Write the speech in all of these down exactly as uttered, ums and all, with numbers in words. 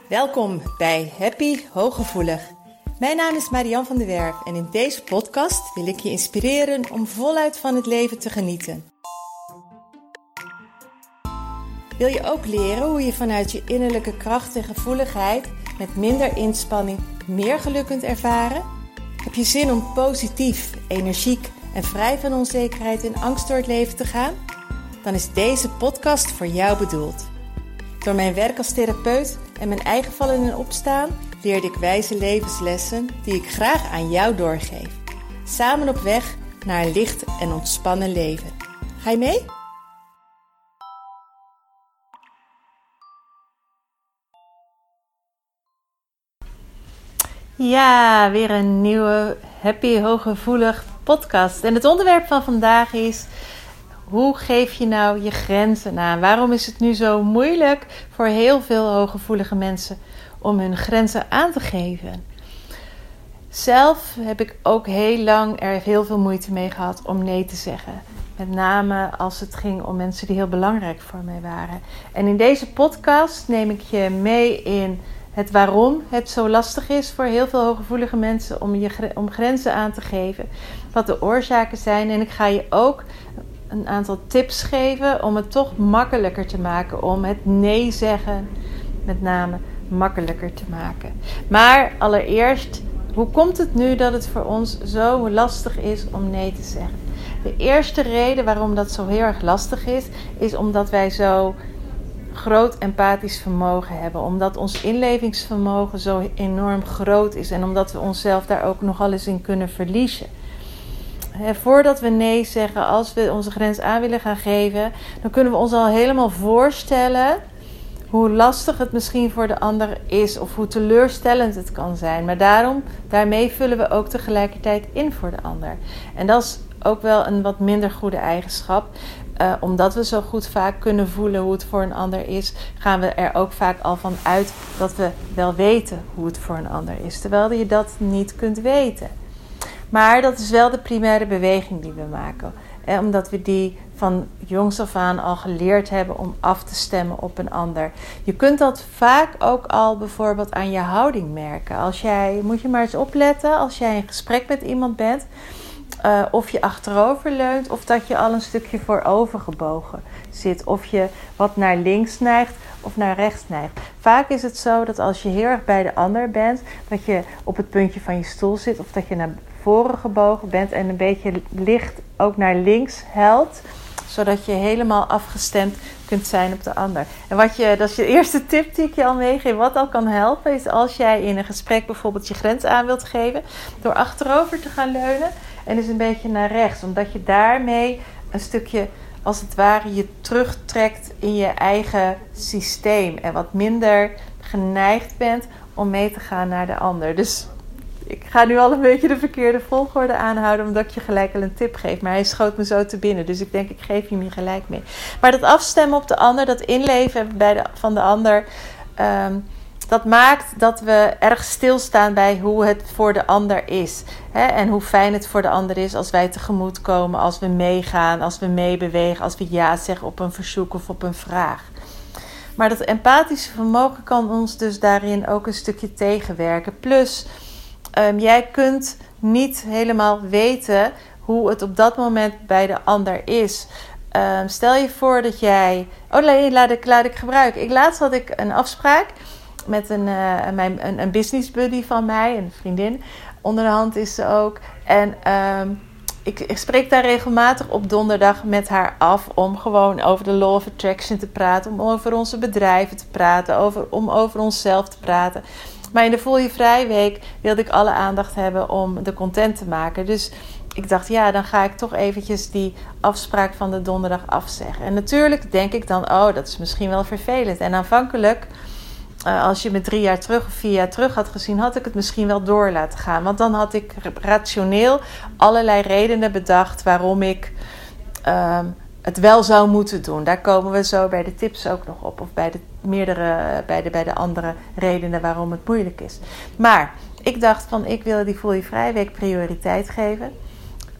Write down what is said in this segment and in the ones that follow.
Welkom bij Happy Hooggevoelig. Mijn naam is Marianne van der Werf en in deze podcast wil ik je inspireren om voluit van het leven te genieten. Wil je ook leren hoe je vanuit je innerlijke kracht en gevoeligheid met minder inspanning meer geluk kunt ervaren? Heb je zin om positief, energiek en vrij van onzekerheid en angst door het leven te gaan? Dan is deze podcast voor jou bedoeld. Door mijn werk als therapeut en mijn eigen vallen en opstaan leerde ik wijze levenslessen die ik graag aan jou doorgeef. Samen op weg naar een licht en ontspannen leven. Ga je mee? Ja, weer een nieuwe Happy Hooggevoelig podcast. En het onderwerp van vandaag is: hoe geef je nou je grenzen aan? Waarom is het nu zo moeilijk voor heel veel hooggevoelige mensen om hun grenzen aan te geven? Zelf heb ik ook heel lang er heel veel moeite mee gehad om nee te zeggen. Met name als het ging om mensen die heel belangrijk voor mij waren. En in deze podcast neem ik je mee in het waarom het zo lastig is voor heel veel hooggevoelige mensen om, je, om grenzen aan te geven. Wat de oorzaken zijn. En ik ga je ook een aantal tips geven om het toch makkelijker te maken. Om het nee zeggen met name makkelijker te maken. Maar allereerst, hoe komt het nu dat het voor ons zo lastig is om nee te zeggen? De eerste reden waarom dat zo heel erg lastig is, is omdat wij zo groot empathisch vermogen hebben. Omdat ons inlevingsvermogen zo enorm groot is. En omdat we onszelf daar ook nogal eens in kunnen verliezen. He, voordat we nee zeggen, als we onze grens aan willen gaan geven, dan kunnen we ons al helemaal voorstellen hoe lastig het misschien voor de ander is of hoe teleurstellend het kan zijn. Maar daarom, daarmee vullen we ook tegelijkertijd in voor de ander. En dat is ook wel een wat minder goede eigenschap. Uh, omdat we zo goed vaak kunnen voelen hoe het voor een ander is, gaan we er ook vaak al van uit dat we wel weten hoe het voor een ander is. Terwijl je dat niet kunt weten. Maar dat is wel de primaire beweging die we maken. Eh, omdat we die van jongs af aan al geleerd hebben om af te stemmen op een ander. Je kunt dat vaak ook al bijvoorbeeld aan je houding merken. Als jij, moet je maar eens opletten, als jij in gesprek met iemand bent, Uh, of je achterover leunt, of dat je al een stukje voorover gebogen zit. Of je wat naar links neigt of naar rechts neigt. Vaak is het zo dat als je heel erg bij de ander bent, dat je op het puntje van je stoel zit, of dat je naar voren gebogen bent en een beetje licht ook naar links helt, zodat je helemaal afgestemd kunt zijn op de ander. En wat je, dat is je eerste tip die ik je al meegeef. Wat al kan helpen is als jij in een gesprek bijvoorbeeld je grens aan wilt geven, door achterover te gaan leunen en dus een beetje naar rechts. Omdat je daarmee een stukje, als het ware, je terugtrekt in je eigen systeem. En wat minder geneigd bent om mee te gaan naar de ander. Dus ik ga nu al een beetje de verkeerde volgorde aanhouden, omdat ik je gelijk al een tip geef. Maar hij schoot me zo te binnen, dus ik denk ik geef je hem hier gelijk mee. Maar dat afstemmen op de ander, dat inleven bij de, van de ander, Um, dat maakt dat we erg stilstaan bij hoe het voor de ander is. Hè? En hoe fijn het voor de ander is als wij tegemoet komen, als we meegaan, als we meebewegen, als we ja zeggen op een verzoek of op een vraag. Maar dat empathische vermogen kan ons dus daarin ook een stukje tegenwerken. Plus, um, jij kunt niet helemaal weten hoe het op dat moment bij de ander is. Um, stel je voor dat jij... Oh nee, laat ik, laat ik gebruiken. Ik, laatst had ik een afspraak met een, uh, mijn, een, een business buddy van mij, een vriendin. Onder de hand is ze ook. En um, ik, ik spreek daar regelmatig op donderdag met haar af om gewoon over de law of attraction te praten. Om over onze bedrijven te praten. Over, om over onszelf te praten. Maar in de Voel je Vrij week wilde ik alle aandacht hebben om de content te maken. Dus ik dacht, ja, dan ga ik toch eventjes die afspraak van de donderdag afzeggen. En natuurlijk denk ik dan, oh, dat is misschien wel vervelend. En aanvankelijk, uh, als je me drie jaar terug of vier jaar terug had gezien, had ik het misschien wel door laten gaan. Want dan had ik rationeel allerlei redenen bedacht waarom ik uh, het wel zou moeten doen. Daar komen we zo bij de tips ook nog op. Of bij de meerdere, bij de, bij de andere redenen waarom het moeilijk is. Maar ik dacht van, ik wil die Voel je Vrij week prioriteit geven.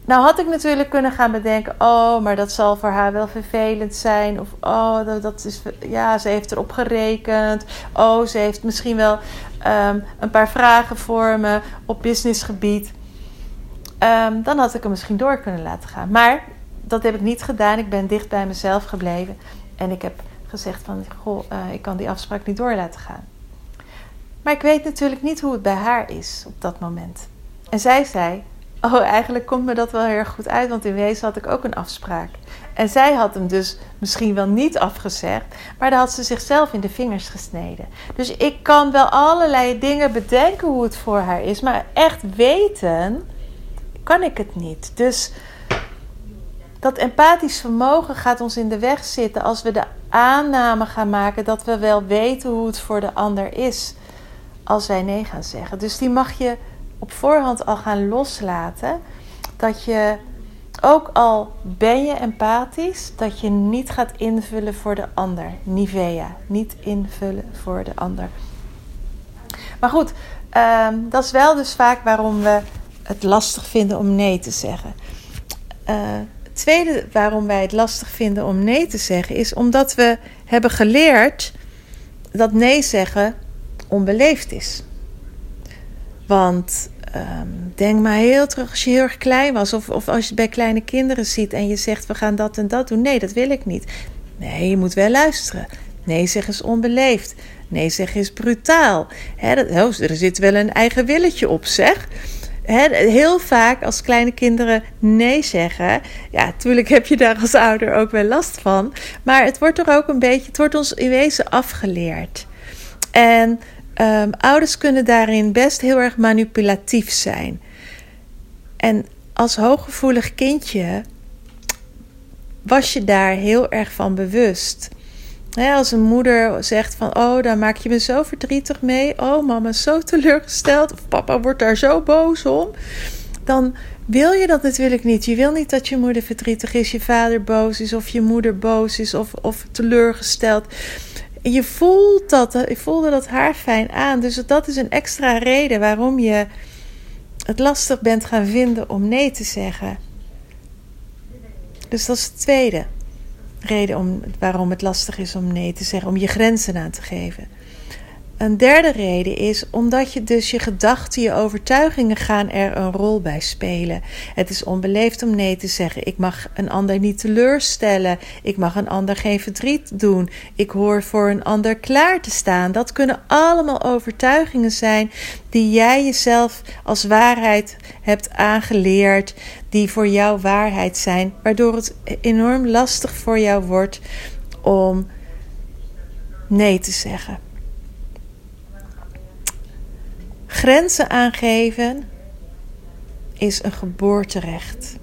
Nou had ik natuurlijk kunnen gaan bedenken, oh, maar dat zal voor haar wel vervelend zijn. Of, oh, dat, dat is, ja, ze heeft erop gerekend. Oh, ze heeft misschien wel um, een paar vragen voor me op businessgebied. Um, dan had ik hem misschien door kunnen laten gaan. Maar dat heb ik niet gedaan. Ik ben dicht bij mezelf gebleven. En ik heb gezegd van, goh, uh, ik kan die afspraak niet door laten gaan. Maar ik weet natuurlijk niet hoe het bij haar is op dat moment. En zij zei, oh, eigenlijk komt me dat wel heel erg goed uit, want in wezen had ik ook een afspraak. En zij had hem dus misschien wel niet afgezegd, maar dan had ze zichzelf in de vingers gesneden. Dus ik kan wel allerlei dingen bedenken hoe het voor haar is, maar echt weten kan ik het niet. Dus dat empathisch vermogen gaat ons in de weg zitten als we de aanname gaan maken dat we wel weten hoe het voor de ander is als wij nee gaan zeggen. Dus die mag je op voorhand al gaan loslaten. Dat je, ook al ben je empathisch, dat je niet gaat invullen voor de ander. Nivea, niet invullen voor de ander. Maar goed, um, dat is wel dus vaak waarom we het lastig vinden om nee te zeggen. Uh, het tweede waarom wij het lastig vinden om nee te zeggen is omdat we hebben geleerd dat nee zeggen onbeleefd is. Want um, denk maar heel terug als je heel erg klein was. Of, of als je het bij kleine kinderen ziet en je zegt we gaan dat en dat doen. Nee, dat wil ik niet. Nee, je moet wel luisteren. Nee zeggen is onbeleefd. Nee zeggen is brutaal. He, dat, oh, er zit wel een eigen willetje op, zeg. He, heel vaak als kleine kinderen nee zeggen. Ja, natuurlijk heb je daar als ouder ook wel last van. Maar het wordt er ook een beetje, het wordt ons in wezen afgeleerd. En Um, ouders kunnen daarin best heel erg manipulatief zijn. En als hooggevoelig kindje was je daar heel erg van bewust. He, als een moeder zegt van, oh, daar maak je me zo verdrietig mee. Oh, mama is zo teleurgesteld. Of papa wordt daar zo boos om. Dan wil je dat natuurlijk niet. Je wil niet dat je moeder verdrietig is, je vader boos is, of je moeder boos is, of, of teleurgesteld. Je voelt dat, je voelde dat haar fijn aan. Dus dat is een extra reden waarom je het lastig bent gaan vinden om nee te zeggen. Dus dat is de tweede reden om, waarom het lastig is om nee te zeggen. Om je grenzen aan te geven. Een derde reden is omdat je dus je gedachten, je overtuigingen gaan er een rol bij spelen. Het is onbeleefd om nee te zeggen. Ik mag een ander niet teleurstellen. Ik mag een ander geen verdriet doen. Ik hoor voor een ander klaar te staan. Dat kunnen allemaal overtuigingen zijn die jij jezelf als waarheid hebt aangeleerd. Die voor jou waarheid zijn. Waardoor het enorm lastig voor jou wordt om nee te zeggen. Grenzen aangeven is een geboorterecht.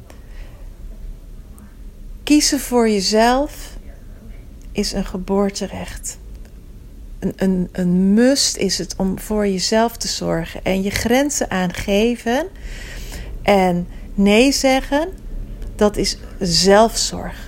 Kiezen voor jezelf is een geboorterecht. Een, een, een must is het om voor jezelf te zorgen. En je grenzen aangeven en nee zeggen, dat is zelfzorg.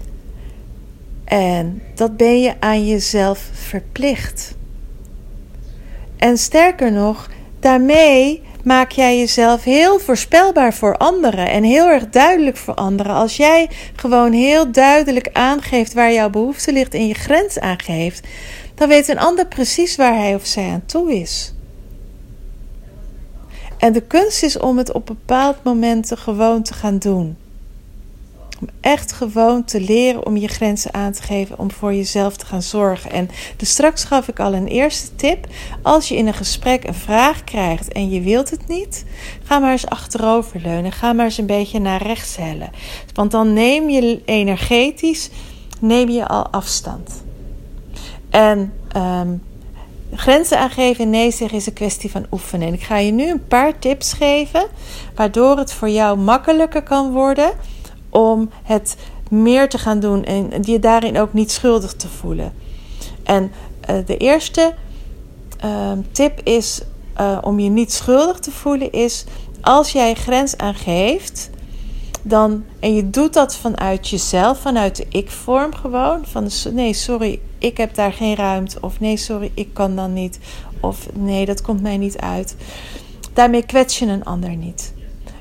En dat ben je aan jezelf verplicht. En sterker nog, daarmee maak jij jezelf heel voorspelbaar voor anderen en heel erg duidelijk voor anderen. Als jij gewoon heel duidelijk aangeeft waar jouw behoefte ligt en je grens aangeeft, dan weet een ander precies waar hij of zij aan toe is. En de kunst is om het op bepaald momenten gewoon te gaan doen. Om echt gewoon te leren om je grenzen aan te geven, om voor jezelf te gaan zorgen. En dus straks gaf ik al een eerste tip. Als je in een gesprek een vraag krijgt en je wilt het niet, ga maar eens achteroverleunen. Ga maar eens een beetje naar rechts hellen. Want dan neem je energetisch, neem je al afstand. En um, grenzen aangeven en nee zeggen is een kwestie van oefenen. En ik ga je nu een paar tips geven, waardoor het voor jou makkelijker kan worden om het meer te gaan doen en je daarin ook niet schuldig te voelen. En uh, de eerste uh, tip is uh, om je niet schuldig te voelen is, als jij grens aangeeft, dan, en je doet dat vanuit jezelf, vanuit de ik-vorm gewoon, van nee, sorry, ik heb daar geen ruimte, of nee, sorry, ik kan dan niet, of nee, dat komt mij niet uit. Daarmee kwets je een ander niet.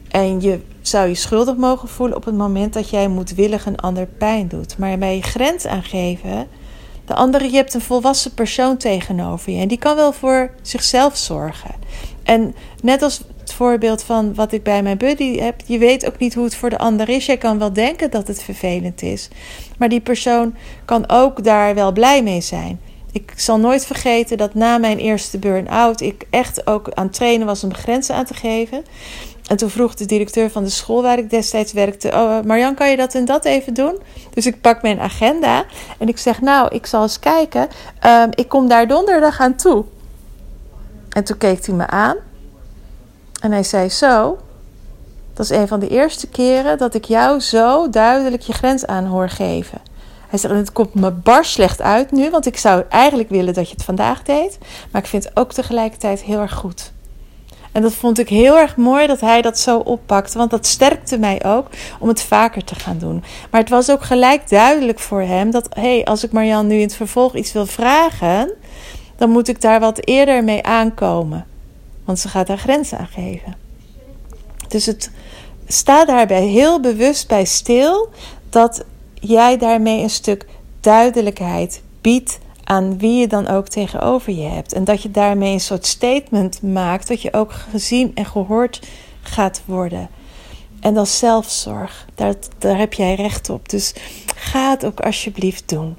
En je zou je schuldig mogen voelen op het moment dat jij moedwillig een ander pijn doet. Maar bij je grens aangeven, de andere, je hebt een volwassen persoon tegenover je. En die kan wel voor zichzelf zorgen. En net als het voorbeeld van wat ik bij mijn buddy heb, je weet ook niet hoe het voor de ander is. Jij kan wel denken dat het vervelend is. Maar die persoon kan ook daar wel blij mee zijn. Ik zal nooit vergeten dat na mijn eerste burn-out ik echt ook aan het trainen was om grenzen aan te geven. En toen vroeg de directeur van de school waar ik destijds werkte, oh, Marjan, kan je dat en dat even doen? Dus ik pak mijn agenda en ik zeg, nou, ik zal eens kijken. Um, ik kom daar donderdag aan toe. En toen keek hij me aan. En hij zei, zo, dat is een van de eerste keren dat ik jou zo duidelijk je grens aan hoor geven. Hij zegt, het komt me bar slecht uit nu, want ik zou eigenlijk willen dat je het vandaag deed. Maar ik vind het ook tegelijkertijd heel erg goed. En dat vond ik heel erg mooi dat hij dat zo oppakte. Want dat sterkte mij ook om het vaker te gaan doen. Maar het was ook gelijk duidelijk voor hem dat, hé, hey, als ik Marjan nu in het vervolg iets wil vragen, dan moet ik daar wat eerder mee aankomen. Want ze gaat haar grenzen aangeven. Dus het sta daarbij heel bewust bij stil dat jij daarmee een stuk duidelijkheid biedt aan wie je dan ook tegenover je hebt. En dat je daarmee een soort statement maakt, dat je ook gezien en gehoord gaat worden. En dat is zelfzorg. Daar, daar heb jij recht op. Dus ga het ook alsjeblieft doen.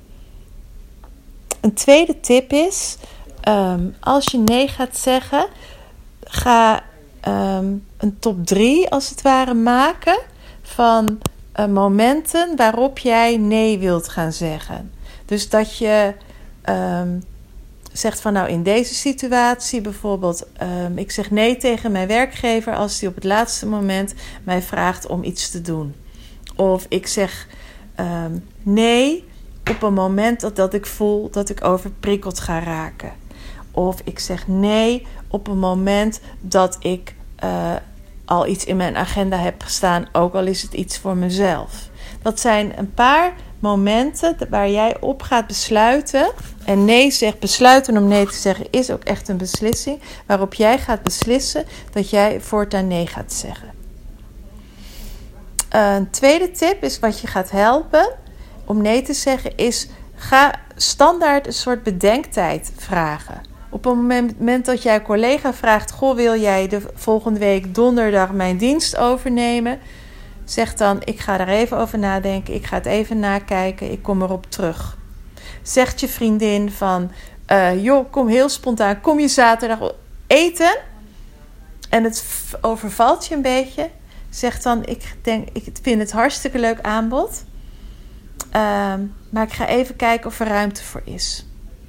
Een tweede tip is, um, als je nee gaat zeggen, ga um, een top drie als het ware maken van uh, momenten waarop jij nee wilt gaan zeggen. Dus dat je Um, zegt van nou in deze situatie bijvoorbeeld, um, ik zeg nee tegen mijn werkgever als die op het laatste moment mij vraagt om iets te doen. Of ik zeg um, nee op een moment dat, dat ik voel dat ik overprikkeld ga raken. Of ik zeg nee op een moment dat ik uh, al iets in mijn agenda heb gestaan, ook al is het iets voor mezelf. Dat zijn een paar momenten waar jij op gaat besluiten. En nee zegt, besluiten om nee te zeggen is ook echt een beslissing. Waarop jij gaat beslissen dat jij voortaan nee gaat zeggen. Een tweede tip is wat je gaat helpen om nee te zeggen is, ga standaard een soort bedenktijd vragen. Op het moment dat jij collega vraagt, goh, wil jij de volgende week donderdag mijn dienst overnemen? Zeg dan, ik ga er even over nadenken, ik ga het even nakijken, ik kom erop terug. Zegt je vriendin van, uh, joh, kom heel spontaan, kom je zaterdag eten? En het overvalt je een beetje. Zeg dan, ik, denk, ik vind het hartstikke leuk aanbod. Uh, maar ik ga even kijken of er ruimte voor is.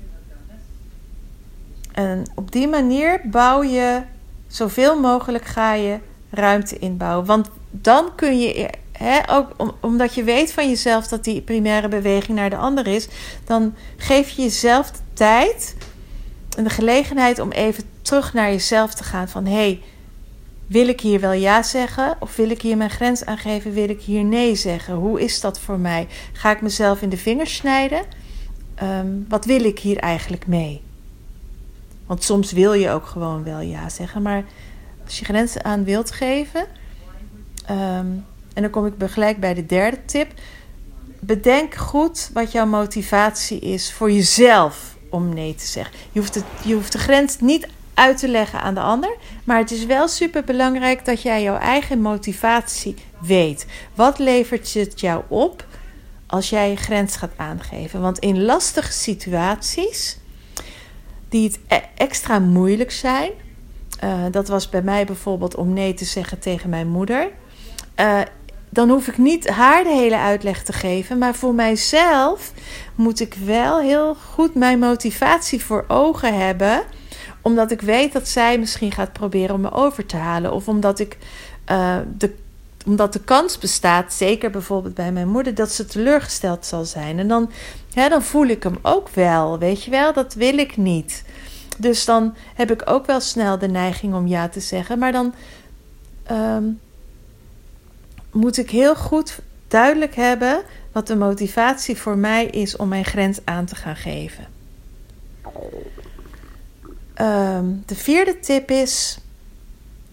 En op die manier bouw je, zoveel mogelijk ga je ruimte inbouwen. Want dan kun je, hè, ook om, omdat je weet van jezelf dat die primaire beweging naar de ander is, dan geef je jezelf de tijd en de gelegenheid om even terug naar jezelf te gaan. Van, hé, hey, wil ik hier wel ja zeggen? Of wil ik hier mijn grens aangeven? Wil ik hier nee zeggen? Hoe is dat voor mij? Ga ik mezelf in de vingers snijden? Um, wat wil ik hier eigenlijk mee? Want soms wil je ook gewoon wel ja zeggen. Maar als je grenzen aan wilt geven. Um, en dan kom ik gelijk bij de derde tip. Bedenk goed wat jouw motivatie is voor jezelf om nee te zeggen. Je hoeft, het, je hoeft de grens niet uit te leggen aan de ander. Maar het is wel super belangrijk dat jij jouw eigen motivatie weet. Wat levert het jou op als jij je grens gaat aangeven? Want in lastige situaties die het extra moeilijk zijn. Uh, dat was bij mij bijvoorbeeld om nee te zeggen tegen mijn moeder. Uh, dan hoef ik niet haar de hele uitleg te geven. Maar voor mijzelf moet ik wel heel goed mijn motivatie voor ogen hebben. Omdat ik weet dat zij misschien gaat proberen om me over te halen. Of omdat ik uh, de, omdat de kans bestaat, zeker bijvoorbeeld bij mijn moeder, dat ze teleurgesteld zal zijn. En dan, ja, dan voel ik hem ook wel. Weet je wel, dat wil ik niet. Dus dan heb ik ook wel snel de neiging om ja te zeggen. Maar dan um, moet ik heel goed duidelijk hebben wat de motivatie voor mij is om mijn grens aan te gaan geven. Um, de vierde tip is,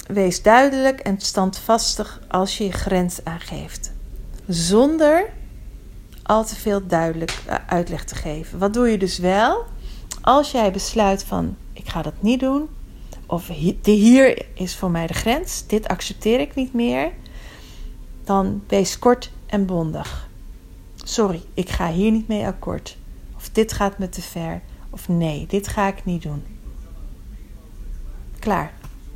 wees duidelijk en standvastig als je je grens aangeeft. Zonder al te veel duidelijk uitleg te geven. Wat doe je dus wel? Als jij besluit van, ik ga dat niet doen. Of hier is voor mij de grens. Dit accepteer ik niet meer. Dan wees kort en bondig. Sorry, ik ga hier niet mee akkoord. Of dit gaat me te ver. Of nee, dit ga ik niet doen. Klaar.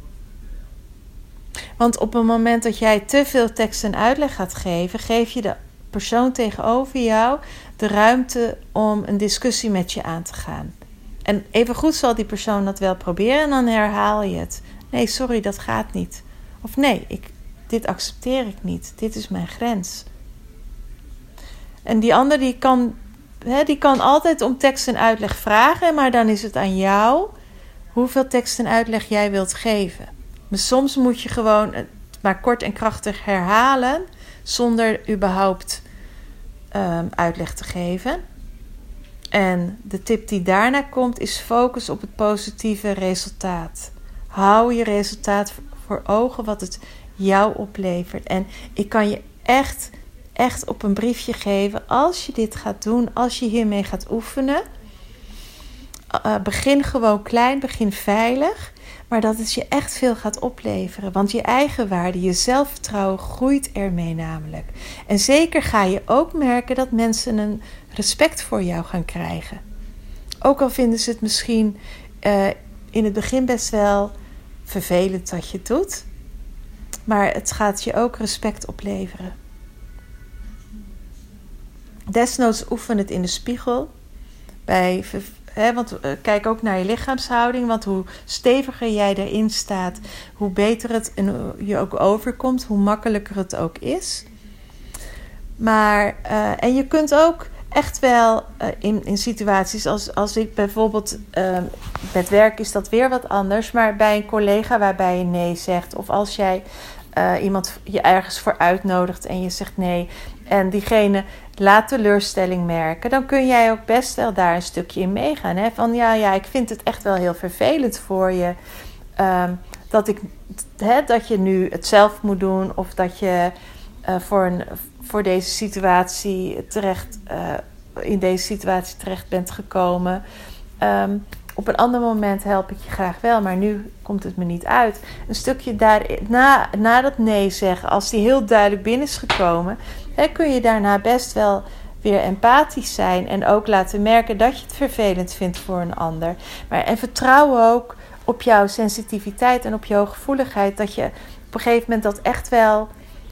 Want op het moment dat jij te veel tekst en uitleg gaat geven, geef je de persoon tegenover jou de ruimte om een discussie met je aan te gaan. En evengoed zal die persoon dat wel proberen en dan herhaal je het. Nee, sorry, dat gaat niet. Of nee, ik, dit accepteer ik niet. Dit is mijn grens. En die ander die kan, hè, die kan altijd om tekst en uitleg vragen, maar dan is het aan jou hoeveel tekst en uitleg jij wilt geven. Maar soms moet je gewoon het maar kort en krachtig herhalen zonder überhaupt um, uitleg te geven. En de tip die daarna komt is focus op het positieve resultaat. Hou je resultaat voor ogen wat het jou oplevert. En ik kan je echt, echt op een briefje geven, als je dit gaat doen, als je hiermee gaat oefenen, uh, begin gewoon klein, begin veilig, maar dat het je echt veel gaat opleveren. Want je eigen waarde, je zelfvertrouwen groeit ermee namelijk. En zeker ga je ook merken dat mensen een respect voor jou gaan krijgen. Ook al vinden ze het misschien uh, in het begin best wel vervelend dat je het doet, maar het gaat je ook respect opleveren. Desnoods oefen het in de spiegel. Bij, hè, want uh, kijk ook naar je lichaamshouding. Want hoe steviger jij erin staat, hoe beter het en je ook overkomt. Hoe makkelijker het ook is. Maar, uh, en je kunt ook echt wel uh, in, in situaties als, als ik bijvoorbeeld, uh, met werk is dat weer wat anders. Maar bij een collega waarbij je nee zegt. Of als jij uh, iemand je ergens voor uitnodigt en je zegt nee. En diegene laat teleurstelling merken. Dan kun jij ook best wel daar een stukje in meegaan. Hè? Van ja, ja, ik vind het echt wel heel vervelend voor je. Um, dat, ik, hè, dat je nu het zelf moet doen. Of dat je uh, voor, een, voor deze situatie terecht, uh, in deze situatie terecht bent gekomen. Um, op een ander moment help ik je graag wel, maar nu komt het me niet uit. Een stukje daar, na, na dat nee zeggen, als die heel duidelijk binnen is gekomen, hè, kun je daarna best wel weer empathisch zijn en ook laten merken dat je het vervelend vindt voor een ander. Maar, en vertrouw ook op jouw sensitiviteit en op jouw gevoeligheid, dat je op een gegeven moment dat echt wel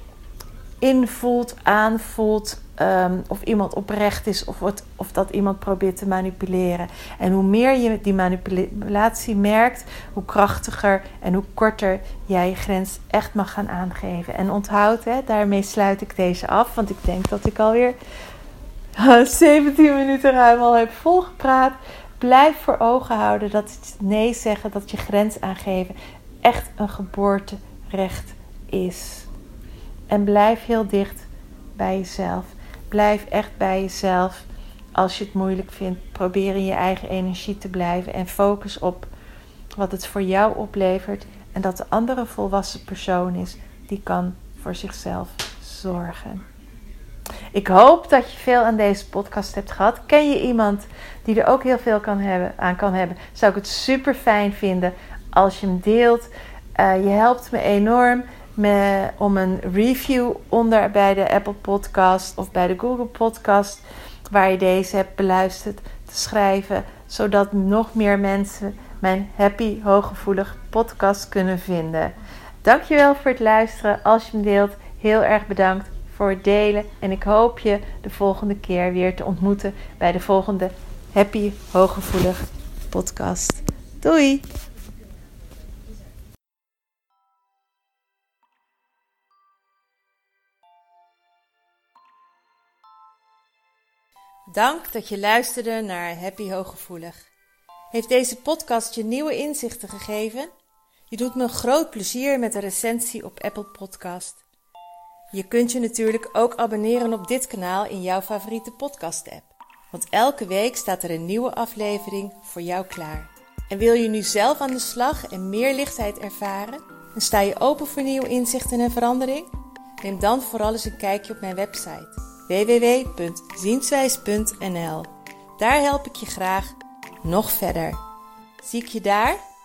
invoelt, aanvoelt. Um, of iemand oprecht is of, wat, of dat iemand probeert te manipuleren. En hoe meer je die manipulatie merkt, hoe krachtiger en hoe korter jij je grens echt mag gaan aangeven. En onthoud, hè, daarmee sluit ik deze af, want ik denk dat ik alweer zeventien minuten ruim al heb volgepraat. Blijf voor ogen houden dat het nee zeggen, dat je grens aangeven echt een geboorterecht is. En blijf heel dicht bij jezelf. Blijf echt bij jezelf. Als je het moeilijk vindt, probeer in je eigen energie te blijven. En focus op wat het voor jou oplevert. En dat de andere volwassen persoon is die kan voor zichzelf zorgen. Ik hoop dat je veel aan deze podcast hebt gehad. Ken je iemand die er ook heel veel kan hebben, aan kan hebben? Zou ik het super fijn vinden als je hem deelt. Uh, je helpt me enorm. Me, om een review onder bij de Apple Podcast of bij de Google Podcast waar je deze hebt beluisterd te schrijven, zodat nog meer mensen mijn Happy Hooggevoelig podcast kunnen vinden. Dankjewel voor het luisteren. Als je hem deelt, heel erg bedankt voor het delen en ik hoop je de volgende keer weer te ontmoeten bij de volgende Happy Hooggevoelig podcast. Doei! Dank dat je luisterde naar Happy Hooggevoelig. Heeft deze podcast je nieuwe inzichten gegeven? Je doet me een groot plezier met een recensie op Apple Podcast. Je kunt je natuurlijk ook abonneren op dit kanaal in jouw favoriete podcast-app. Want elke week staat er een nieuwe aflevering voor jou klaar. En wil je nu zelf aan de slag en meer lichtheid ervaren? En sta je open voor nieuwe inzichten en verandering? Neem dan vooral eens een kijkje op mijn website w w w punt zienswijs punt n l. Daar help ik je graag nog verder. Zie ik je daar?